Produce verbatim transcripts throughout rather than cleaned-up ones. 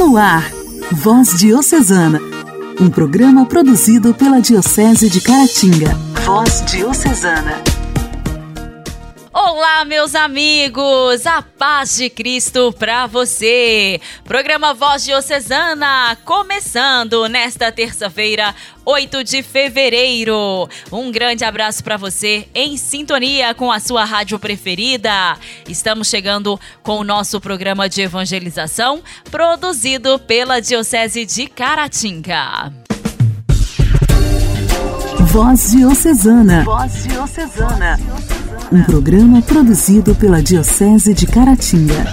No ar, Voz Diocesana, um programa produzido pela Diocese de Caratinga. Voz Diocesana. Olá, meus amigos, a paz de Cristo para você. Programa Voz Diocesana, começando nesta terça-feira, oito de fevereiro. Um grande abraço para você em sintonia com a sua rádio preferida. Estamos chegando com o nosso programa de evangelização, produzido pela Diocese de Caratinga. Voz Diocesana. Voz Diocesana. Um programa produzido pela Diocese de Caratinga.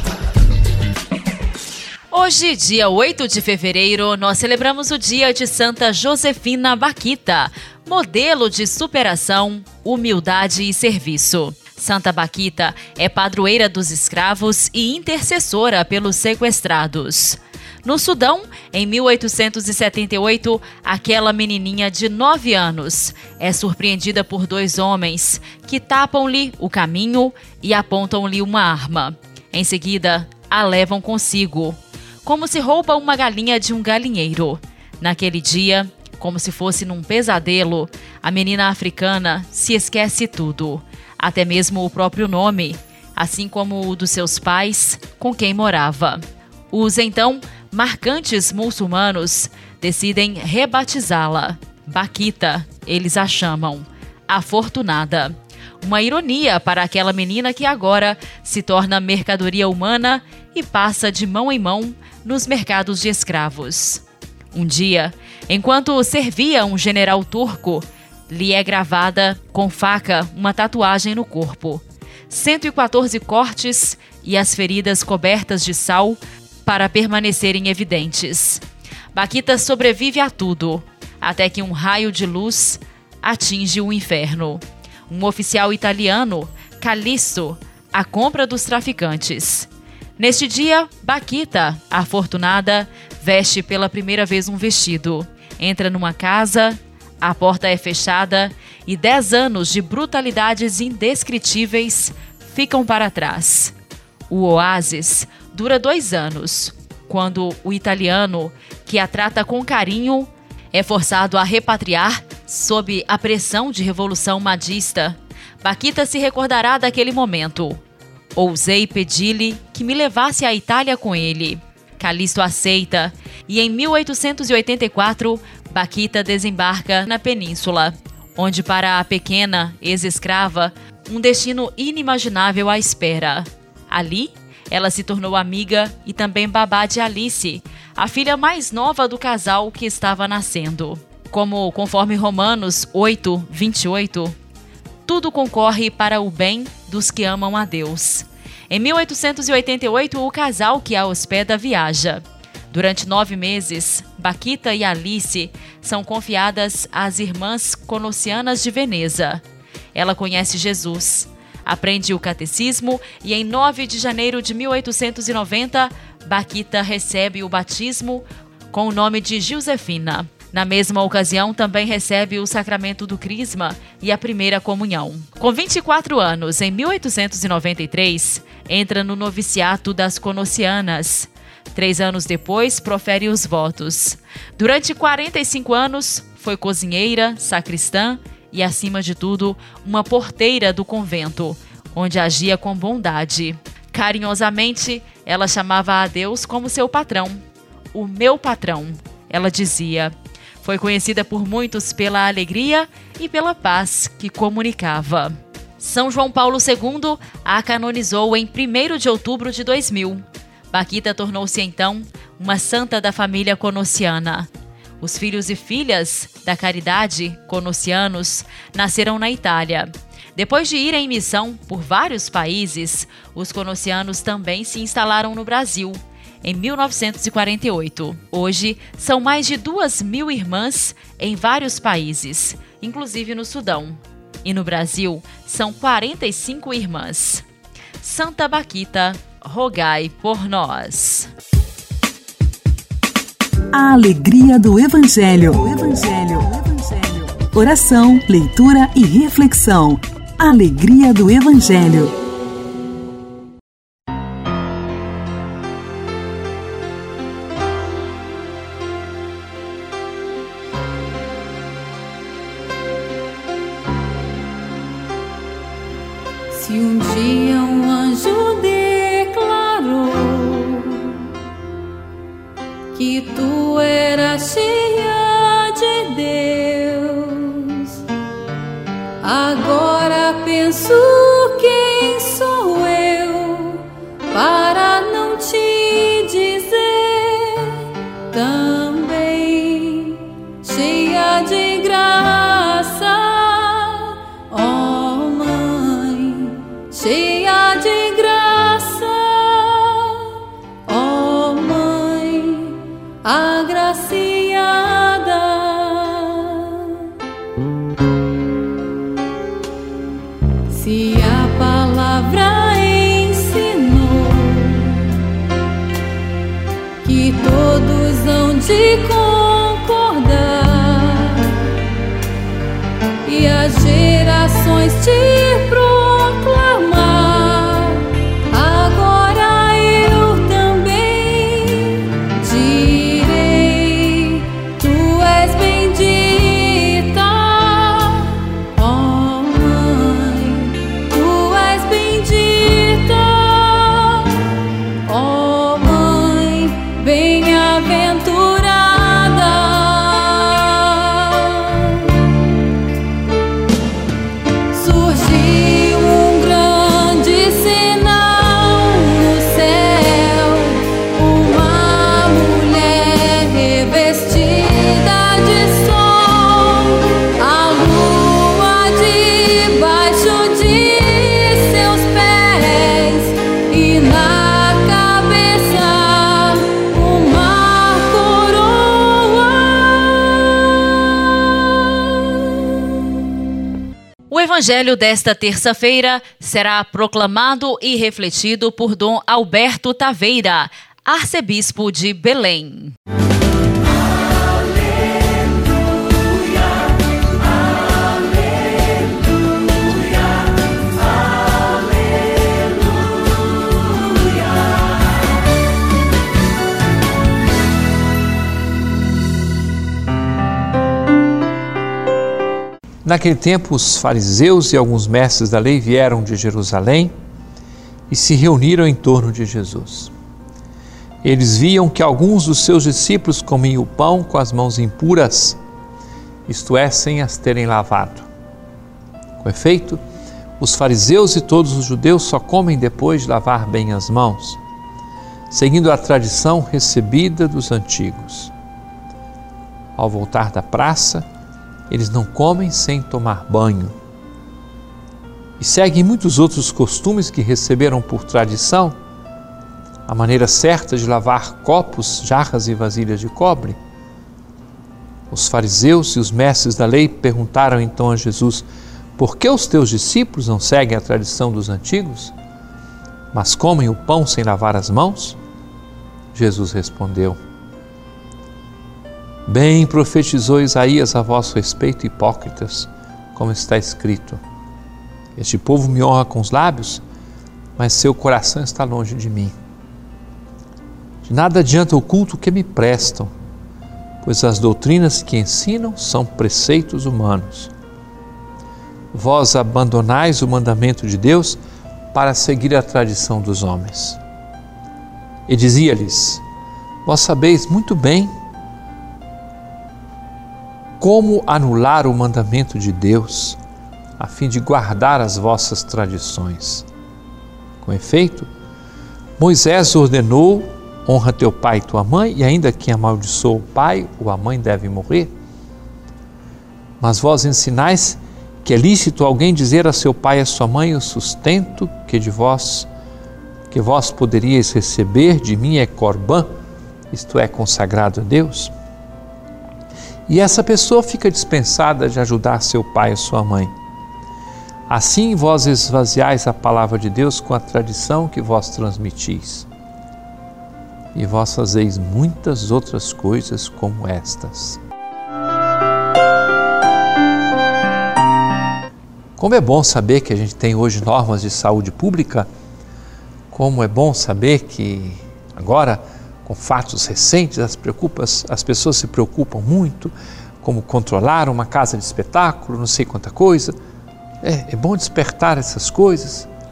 Hoje, dia oito de fevereiro, nós celebramos o dia de Santa Josefina Baquita, modelo de superação, humildade e serviço. Santa Baquita é padroeira dos escravos e intercessora pelos sequestrados. No Sudão, em mil oitocentos e setenta e oito, aquela menininha de nove anos é surpreendida por dois homens que tapam-lhe o caminho e apontam-lhe uma arma. Em seguida, a levam consigo, como se rouba uma galinha de um galinheiro. Naquele dia, como se fosse num pesadelo, a menina africana se esquece tudo, até mesmo o próprio nome, assim como o dos seus pais, com quem morava. Os então marcantes muçulmanos decidem rebatizá-la. Baquita, eles a chamam afortunada. Uma ironia para aquela menina que agora se torna mercadoria humana e passa de mão em mão nos mercados de escravos. Um dia, enquanto servia um general turco, lhe é gravada com faca uma tatuagem no corpo. cento e quatorze cortes e as feridas cobertas de sal para permanecerem evidentes. Baquita sobrevive a tudo, até que um raio de luz atinge o inferno. Um oficial italiano, Callisto, a compra dos traficantes. Neste dia, Baquita, a afortunada, veste pela primeira vez um vestido. Entra numa casa, a porta é fechada e dez anos de brutalidades indescritíveis ficam para trás. O oásis dura dois anos, quando o italiano, que a trata com carinho, é forçado a repatriar sob a pressão de revolução madista. Baquita se recordará daquele momento. Ousei pedir-lhe que me levasse à Itália com ele. Callisto aceita e em mil oitocentos e oitenta e quatro, Baquita desembarca na península, onde para a pequena ex-escrava, um destino inimaginável a espera. Ali, ela se tornou amiga e também babá de Alice, a filha mais nova do casal que estava nascendo. Como conforme Romanos oito, vinte e oito, tudo concorre para o bem dos que amam a Deus. Em mil oitocentos e oitenta e oito, o casal que a hospeda viaja. Durante nove meses, Baquita e Alice são confiadas às irmãs Colossianas de Veneza. Ela conhece Jesus, aprende o catecismo e em nove de janeiro de mil oitocentos e noventa, Baquita recebe o batismo com o nome de Josefina. Na mesma ocasião, também recebe o sacramento do crisma e a primeira comunhão. Com vinte e quatro anos, em mil oitocentos e noventa e três, entra no noviciato das Colossianas. Três anos depois, profere os votos. Durante quarenta e cinco anos, foi cozinheira, sacristã e, acima de tudo, uma porteira do convento, onde agia com bondade. Carinhosamente, ela chamava a Deus como seu patrão. O meu patrão, ela dizia. Foi conhecida por muitos pela alegria e pela paz que comunicava. São João Paulo segundo a canonizou em primeiro de outubro de dois mil. Baquita tornou-se então uma santa da família conossiana. Os filhos e filhas da caridade conossianos nasceram na Itália. Depois de irem em missão por vários países, os conossianos também se instalaram no Brasil, em mil novecentos e quarenta e oito. Hoje, são mais de duas mil irmãs em vários países, inclusive no Sudão. E no Brasil, são quarenta e cinco irmãs. Santa Baquita, rogai por nós. A alegria do Evangelho. O Evangelho. O Evangelho. Oração, leitura e reflexão. Alegria do Evangelho. Se um dia um anjo declarou que tu eras cheia de Deus, agora penso: quem sou eu para não te dizer também cheia de graça, ó Mãe, cheia de graça, ó Mãe agraciada. Se a palavra ensinou que todos hão de concordar e as gerações te proclamar, agora eu também direi: tu és bendita, ó Mãe, tu és bendita, ó Mãe bem-aventurada. Surgiu um grande sinal no céu, uma mulher revestida de sol, a lua debaixo de seus pés e na cabeça uma coroa. O evangelho desta terça-feira será proclamado e refletido por Dom Alberto Taveira, arcebispo de Belém. Naquele tempo, os fariseus e alguns mestres da lei vieram de Jerusalém e se reuniram em torno de Jesus. Eles viam que alguns dos seus discípulos comiam o pão com as mãos impuras, isto é, sem as terem lavado. Com efeito, os fariseus e todos os judeus só comem depois de lavar bem as mãos, seguindo a tradição recebida dos antigos. Ao voltar da praça, eles não comem sem tomar banho e seguem muitos outros costumes que receberam por tradição, a maneira certa de lavar copos, jarras e vasilhas de cobre. Os fariseus e os mestres da lei perguntaram então a Jesus: por que os teus discípulos não seguem a tradição dos antigos, mas comem o pão sem lavar as mãos? Jesus respondeu: bem profetizou Isaías a vosso respeito, hipócritas, como está escrito: este povo me honra com os lábios, mas seu coração está longe de mim. De nada adianta o culto que me prestam, pois as doutrinas que ensinam são preceitos humanos. Vós abandonais o mandamento de Deus para seguir a tradição dos homens. E dizia-lhes: vós sabeis muito bem como anular o mandamento de Deus, a fim de guardar as vossas tradições. Com efeito, Moisés ordenou: honra teu pai e tua mãe, e ainda quem amaldiçoa o pai ou a mãe deve morrer. Mas vós ensinais que é lícito alguém dizer a seu pai e a sua mãe: o sustento que de vós, que vós poderíeis receber de mim é corbã, isto é, consagrado a Deus. E essa pessoa fica dispensada de ajudar seu pai e sua mãe. Assim vós esvaziais a palavra de Deus com a tradição que vós transmitis. E vós fazeis muitas outras coisas como estas. Como é bom saber que a gente tem hoje normas de saúde pública, como é bom saber que agora, com fatos recentes, as, preocupas, as pessoas se preocupam muito, como controlar uma casa de espetáculo, não sei quanta coisa. É, é bom despertar essas coisas,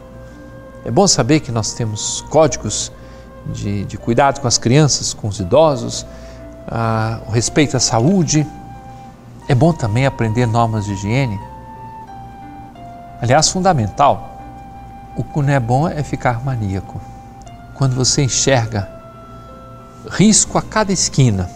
É bom saber que nós temos códigos de, de cuidado com as crianças, com os idosos, ah, o respeito à saúde. É bom também aprender normas de higiene. Aliás, fundamental, o que não é bom é ficar maníaco. Quando você enxerga risco a cada esquina,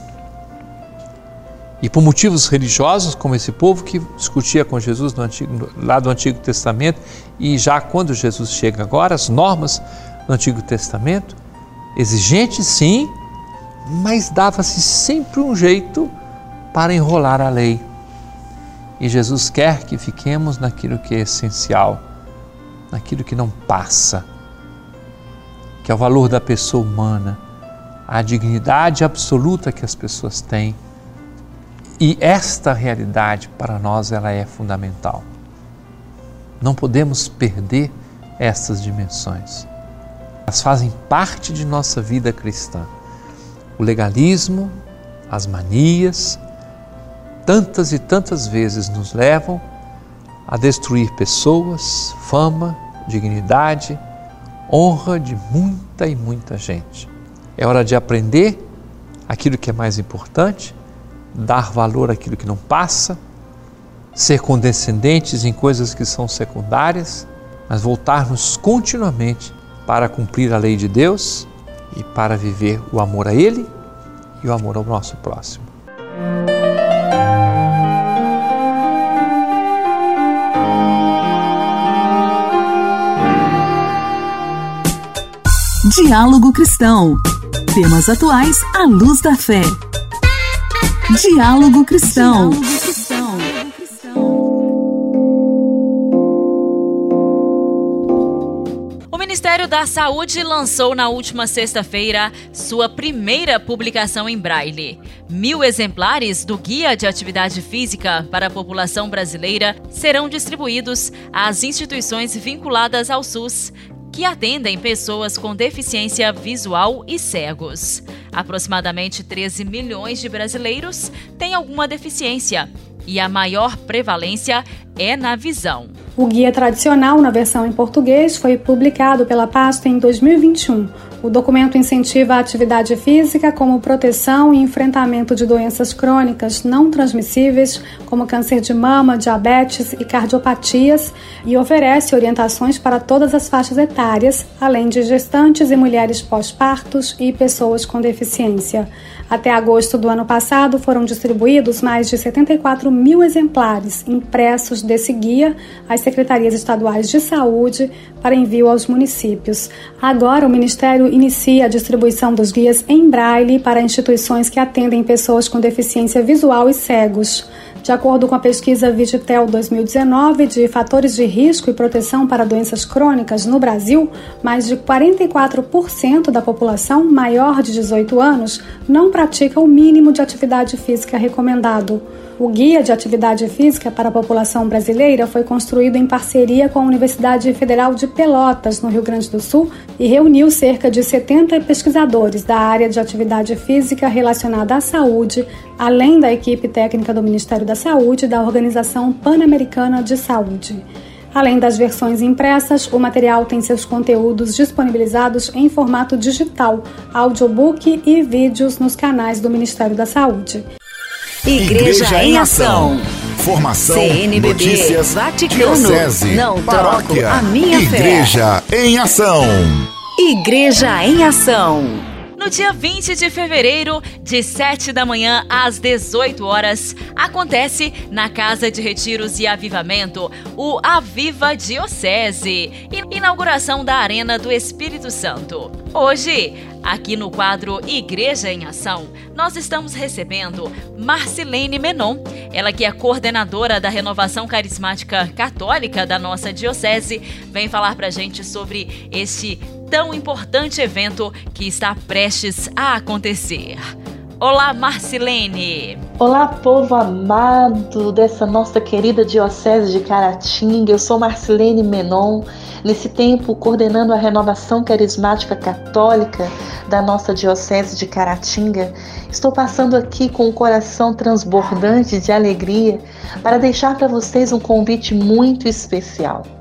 e por motivos religiosos, como esse povo que discutia com Jesus no Antigo, lá do Antigo Testamento, e já quando Jesus chega agora, as normas do Antigo Testamento, exigentes sim, mas dava-se sempre um jeito para enrolar a lei. E Jesus quer que fiquemos naquilo que é essencial, naquilo que não passa, que é o valor da pessoa humana, a dignidade absoluta que as pessoas têm. E esta realidade para nós ela é fundamental. Não podemos perder estas dimensões. Elas fazem parte de nossa vida cristã. O legalismo, as manias, tantas e tantas vezes nos levam a destruir pessoas, fama, dignidade, honra de muita e muita gente. É hora de aprender aquilo que é mais importante, dar valor àquilo que não passa, ser condescendentes em coisas que são secundárias, mas voltarmos continuamente para cumprir a lei de Deus e para viver o amor a Ele e o amor ao nosso próximo. Diálogo Cristão. Temas atuais à luz da fé. Diálogo Cristão. O Ministério da Saúde lançou na última sexta-feira sua primeira publicação em braille. Mil exemplares do Guia de Atividade Física para a População Brasileira serão distribuídos às instituições vinculadas ao SUS, que atendem pessoas com deficiência visual e cegos. Aproximadamente treze milhões de brasileiros têm alguma deficiência e a maior prevalência é na visão. O guia tradicional, na versão em português, foi publicado pela pasta em dois mil e vinte e um. O documento incentiva a atividade física como proteção e enfrentamento de doenças crônicas não transmissíveis, como câncer de mama, diabetes e cardiopatias, e oferece orientações para todas as faixas etárias, além de gestantes e mulheres pós-partos e pessoas com deficiência. Até agosto do ano passado, foram distribuídos mais de setenta e quatro mil exemplares impressos desse guia às secretarias estaduais de saúde para envio aos municípios. Agora, o Ministério inicia a distribuição dos guias em braille para instituições que atendem pessoas com deficiência visual e cegos. De acordo com a pesquisa Vigitel dois mil e dezenove de fatores de risco e proteção para doenças crônicas no Brasil, mais de quarenta e quatro por cento da população maior de dezoito anos não pratica o mínimo de atividade física recomendado. O Guia de Atividade Física para a População Brasileira foi construído em parceria com a Universidade Federal de Pelotas, no Rio Grande do Sul, e reuniu cerca de setenta pesquisadores da área de atividade física relacionada à saúde, além da equipe técnica do Ministério da Saúde e da Organização Pan-Americana de Saúde. Além das versões impressas, o material tem seus conteúdos disponibilizados em formato digital, audiobook e vídeos nos canais do Ministério da Saúde. Igreja, Igreja em Ação. Formação, C N B B, notícias, Vaticano, diocese, não paróquia, troco a minha Igreja fé. Em Ação. Igreja em Ação. No dia vinte de fevereiro, de sete da manhã às dezoito horas, acontece na Casa de Retiros e Avivamento o Aviva Diocese, inauguração da Arena do Espírito Santo. Hoje, aqui no quadro Igreja em Ação, nós estamos recebendo Marcilene Menon, ela que é coordenadora da Renovação Carismática Católica da nossa Diocese, vem falar pra gente sobre este tão importante evento que está prestes a acontecer. Olá, Marcilene! Olá, povo amado dessa nossa querida Diocese de Caratinga. Eu sou Marcilene Menon, nesse tempo coordenando a Renovação Carismática Católica da nossa Diocese de Caratinga. Estou passando aqui com o coração transbordante de alegria para deixar para vocês um convite muito especial.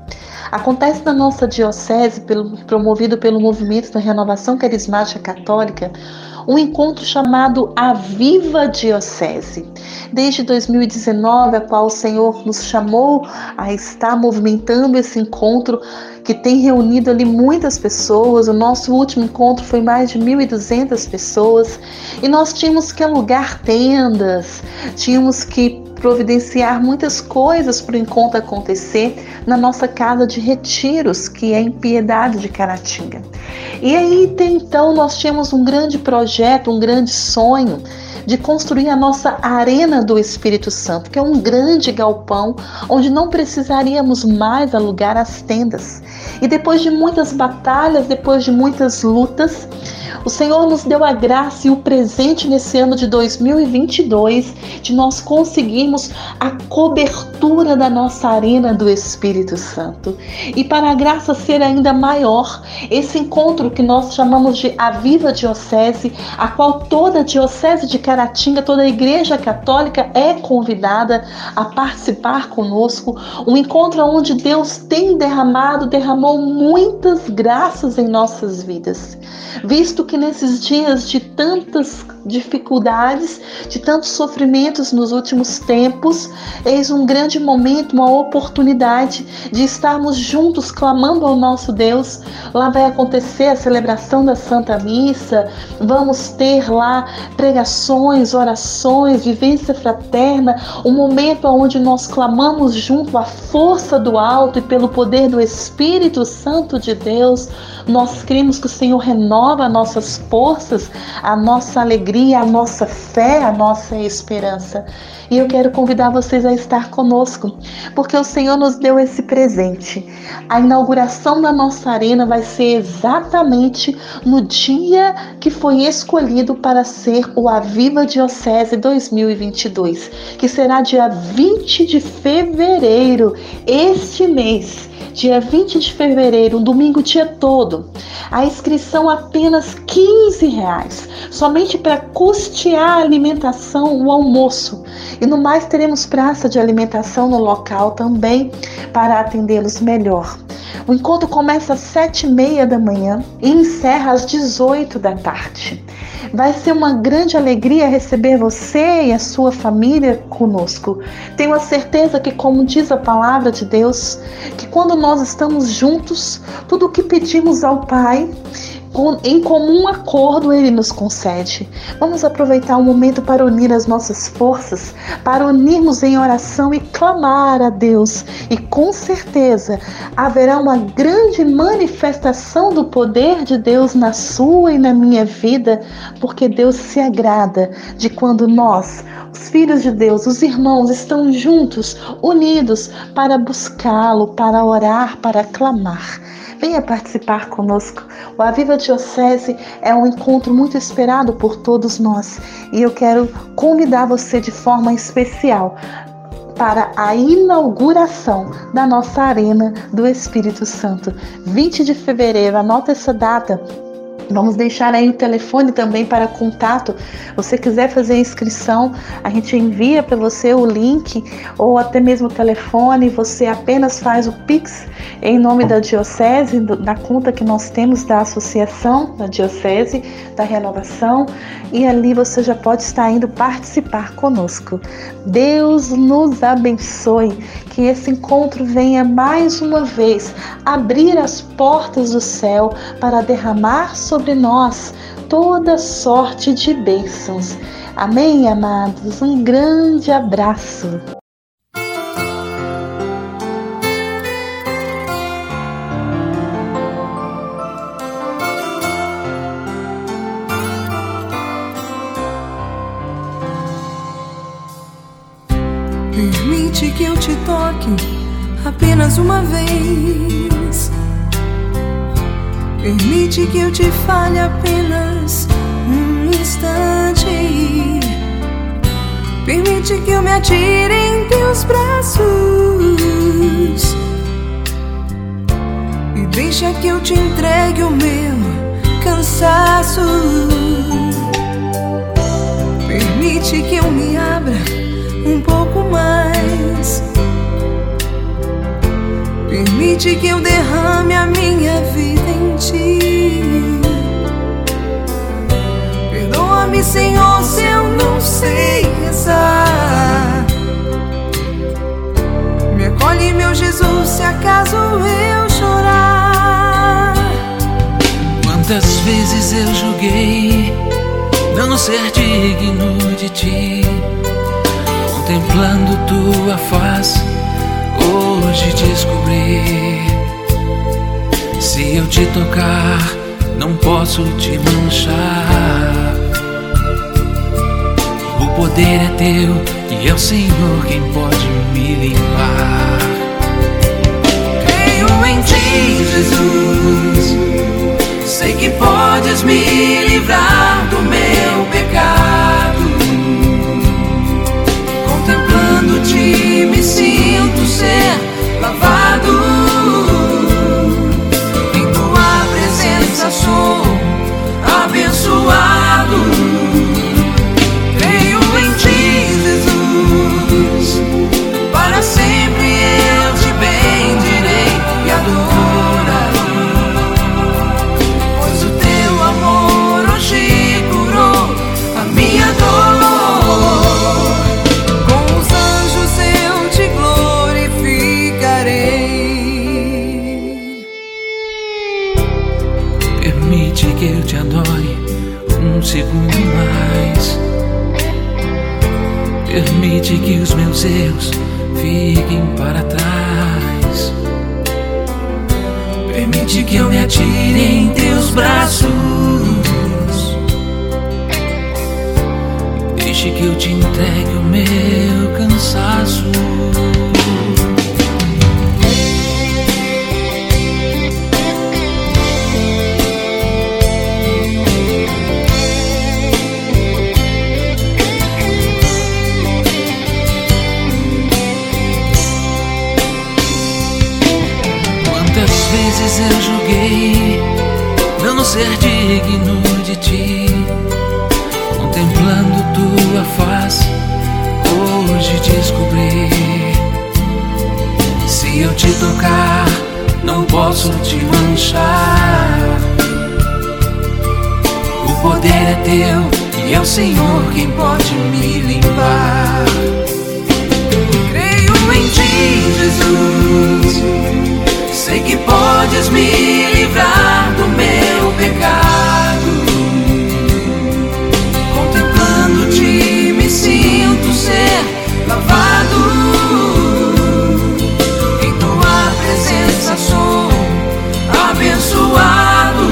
Acontece na nossa diocese, pelo, promovido pelo Movimento da Renovação Carismática Católica, um encontro chamado A Viva Diocese. Desde dois mil e dezenove, a qual o Senhor nos chamou a estar movimentando esse encontro, que tem reunido ali muitas pessoas. O nosso último encontro foi mais de mil e duzentas pessoas, e nós tínhamos que alugar tendas, tínhamos que providenciar muitas coisas para o encontro acontecer na nossa casa de retiros, que é em Piedade de Caratinga. E aí, então, nós tínhamos um grande projeto, um grande sonho de construir a nossa Arena do Espírito Santo, que é um grande galpão onde não precisaríamos mais alugar as tendas. E depois de muitas batalhas, depois de muitas lutas, o Senhor nos deu a graça e o presente nesse ano de dois mil e vinte e dois de nós conseguirmos a cobertura da nossa Arena do Espírito Santo. E para a graça ser ainda maior, esse encontro que nós chamamos de A Viva Diocese, a qual toda a Diocese de Caratinga, toda a Igreja Católica é convidada a participar conosco, um encontro onde Deus tem derramado, derramou muitas graças em nossas vidas, visto que nesses dias de tantas dificuldades, de tantos sofrimentos nos últimos tempos, eis um grande momento, uma oportunidade de estarmos juntos clamando ao nosso Deus. Lá vai acontecer a celebração da Santa Missa, vamos ter lá pregações, orações, vivência fraterna, um momento onde nós clamamos junto à força do alto e pelo poder do Espírito Santo de Deus. Nós cremos que o Senhor renova nossas forças, a nossa alegria, a nossa fé, a nossa esperança. E eu quero convidar vocês a estar conosco, porque o Senhor nos deu esse presente. A inauguração da nossa arena vai ser exatamente no dia que foi escolhido para ser o A Viva Diocese dois mil e vinte e dois, que será dia vinte de fevereiro, este mês. Dia vinte de fevereiro, um domingo o dia todo. A inscrição apenas quinze reais, somente para custear a alimentação, o almoço. E no mais teremos praça de alimentação no local também para atendê-los melhor. O encontro começa às sete e meia da manhã e encerra às dezoito da tarde. Vai ser uma grande alegria receber você e a sua família conosco. Tenho a certeza que, como diz a palavra de Deus, que quando nós estamos juntos, tudo o que pedimos ao Pai, em comum acordo, Ele nos concede. Vamos aproveitar o momento para unir as nossas forças, para unirmos em oração e clamar a Deus. E com certeza haverá uma grande manifestação do poder de Deus na sua e na minha vida, porque Deus se agrada de quando nós, os filhos de Deus, os irmãos, estão juntos, unidos para buscá-lo, para orar, para clamar. Venha participar conosco. O A Viva Diocese é um encontro muito esperado por todos nós. E eu quero convidar você de forma especial para a inauguração da nossa Arena do Espírito Santo. vinte de fevereiro, anota essa data. Vamos deixar aí o telefone também para contato. Se você quiser fazer a inscrição, a gente envia para você o link ou até mesmo o telefone. Você apenas faz o Pix em nome da Diocese, da conta que nós temos da Associação da Diocese da Renovação, e ali você já pode estar indo participar conosco. Deus nos abençoe, que esse encontro venha mais uma vez abrir as portas do céu para derramar sobre nós toda sorte de bênçãos. Amém, amados? Um grande abraço. Permite que eu te toque apenas uma vez. Permite que eu te fale apenas um instante. Permite que eu me atire em teus braços e deixa que eu te entregue o meu cansaço. Permite que eu me abra um pouco mais. Permite que eu derrame a minha vida em ti. Perdoa-me, Senhor, se eu não sei rezar. Me acolhe, meu Jesus, se acaso eu chorar. Quantas vezes eu julguei não ser digno de ti, contemplando tua face, hoje descobri. Se eu te tocar, não posso te manchar. O poder é teu e é o Senhor quem pode me limpar. Creio em ti, Jesus, sei que podes me livrar do meu pecado. Contemplando-te, me sinto ser lavado. Em tua presença sou abençoado. Creio em ti, Jesus, para sempre eu te bendirei e adorarei. Pois o teu amor hoje curou a minha dor. Com os anjos eu te glorificarei. Permite que eu te adore um segundo mais. Permite que os meus erros fiquem para trás. Permite que eu me atire em teus braços. Deixe que eu te entregue o meu cansaço. Quantas vezes eu julguei não ser digno de ti, contemplando tua face, hoje descobri. Se eu te tocar, não posso te manchar. O poder é teu e é o Senhor quem pode me limpar. Creio em ti, Jesus, sei que podes me livrar do meu pecado. Contemplando-te, me sinto ser lavado. Em tua presença sou abençoado.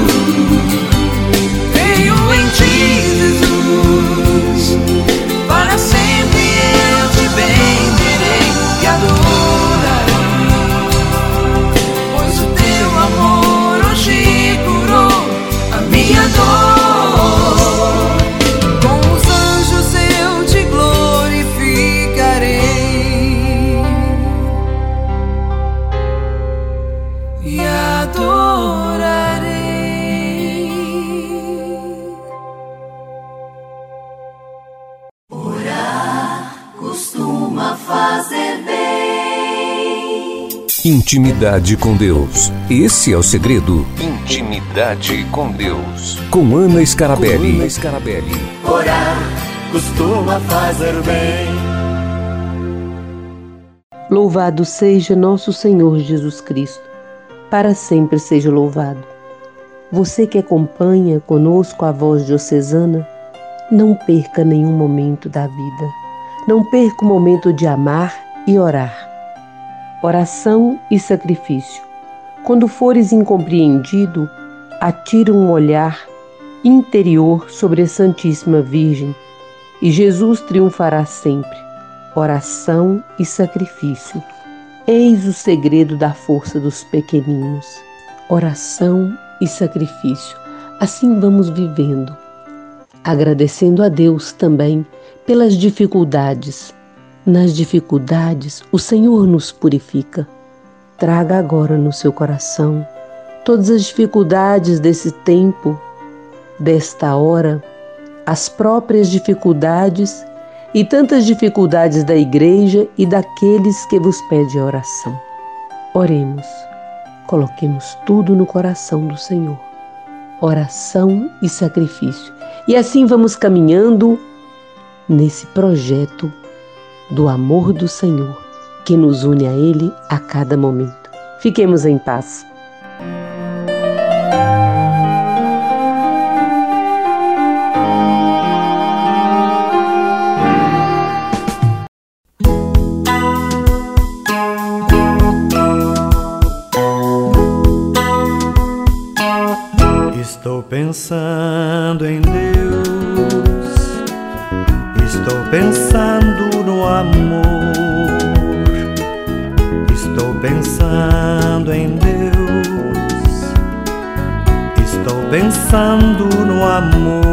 Creio em ti, Jesus, para sempre eu te bendirei e adorarei. Pois o teu amor hoje curou a minha dor. Com os anjos eu te glorificarei e adorarei. Orar costuma fazer bem. Intimidade com Deus. Esse é o segredo. Intimidade com Deus. Com Ana Scarabelli. Com Ana Scarabelli. Orar costuma fazer bem. Louvado seja nosso Senhor Jesus Cristo. Para sempre seja louvado. Você que acompanha conosco a voz diocesana, não perca nenhum momento da vida. Não perca o momento de amar e orar. Oração e sacrifício. Quando fores incompreendido, atire um olhar interior sobre a Santíssima Virgem e Jesus triunfará sempre. Oração e sacrifício. Eis o segredo da força dos pequeninos. Oração e sacrifício. Assim vamos vivendo, agradecendo a Deus também pelas dificuldades. Nas dificuldades, o Senhor nos purifica. Traga agora no seu coração todas as dificuldades desse tempo, desta hora, as próprias dificuldades e tantas dificuldades da igreja e daqueles que vos pedem oração. Oremos. coloquemos tudo no coração do Senhor. Oração e sacrifício. E assim vamos caminhando nesse projeto do amor do Senhor, que nos une a Ele a cada momento. Fiquemos em paz. Estou pensando em Deus, estou pensando no amor, estou pensando em Deus, estou pensando no amor.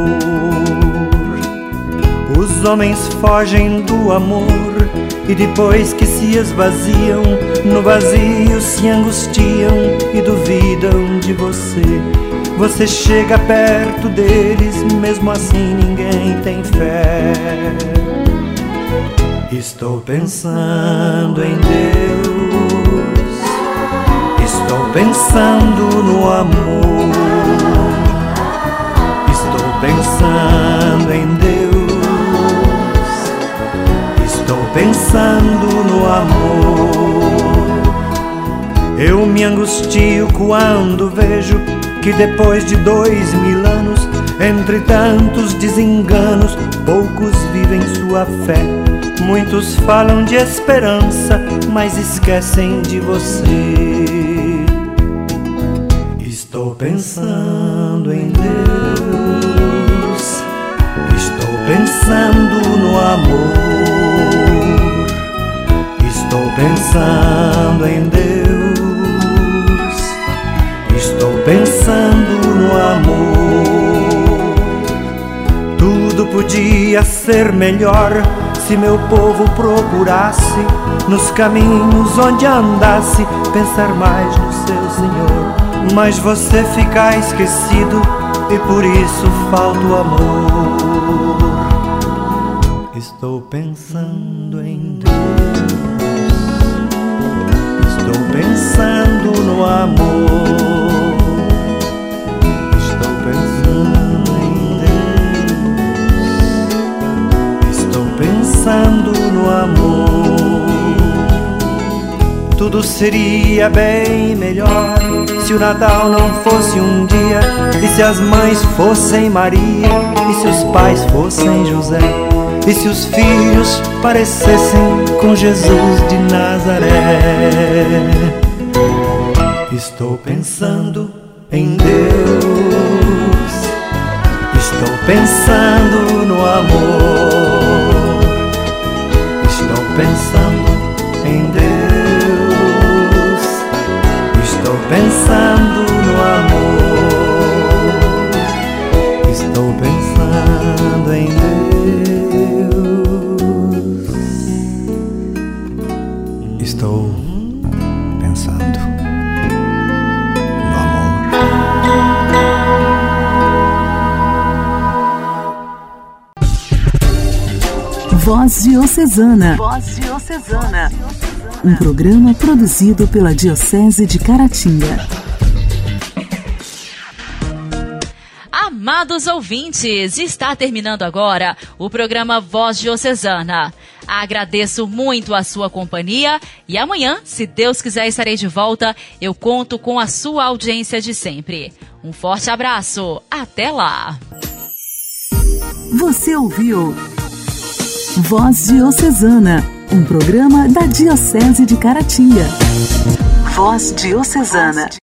Os homens fogem do amor e depois que se esvaziam, no vazio se angustiam e duvidam de você. Você chega perto deles, mesmo assim ninguém tem fé. Estou pensando em Deus, estou pensando no amor, estou pensando em Deus, estou pensando no amor. Eu me angustio quando vejo que depois de dois mil anos, entre tantos desenganos, poucos vivem sua fé. Muitos falam de esperança, mas esquecem de você. Estou pensando em Deus, estou pensando no amor, estou pensando em Deus, estou pensando no amor. Tudo podia ser melhor se meu povo procurasse, nos caminhos onde andasse, pensar mais no seu Senhor. Mas você fica esquecido e por isso falta o amor. Estou pensando em Deus, estou pensando no amor, estou pensando em Deus, estou pensando no amor. Tudo seria bem melhor se o Natal não fosse um dia, e se as mães fossem Maria, e se os pais fossem José, e se os filhos parecessem com Jesus de Nazaré. Estou pensando em Deus, estou pensando no amor, estou pensando em Deus, estou pensando no amor, estou pensando em Deus. Estou pensando no amor. Voz Diocesana. Voz Diocesana. Um programa produzido pela Diocese de Caratinga. Amados ouvintes, está terminando agora o programa Voz Diocesana. Agradeço muito a sua companhia e amanhã, se Deus quiser, estarei de volta. Eu conto com a sua audiência de sempre. Um forte abraço. Até lá. Você ouviu Voz Diocesana, um programa da Diocese de Caratinga. Voz Diocesana.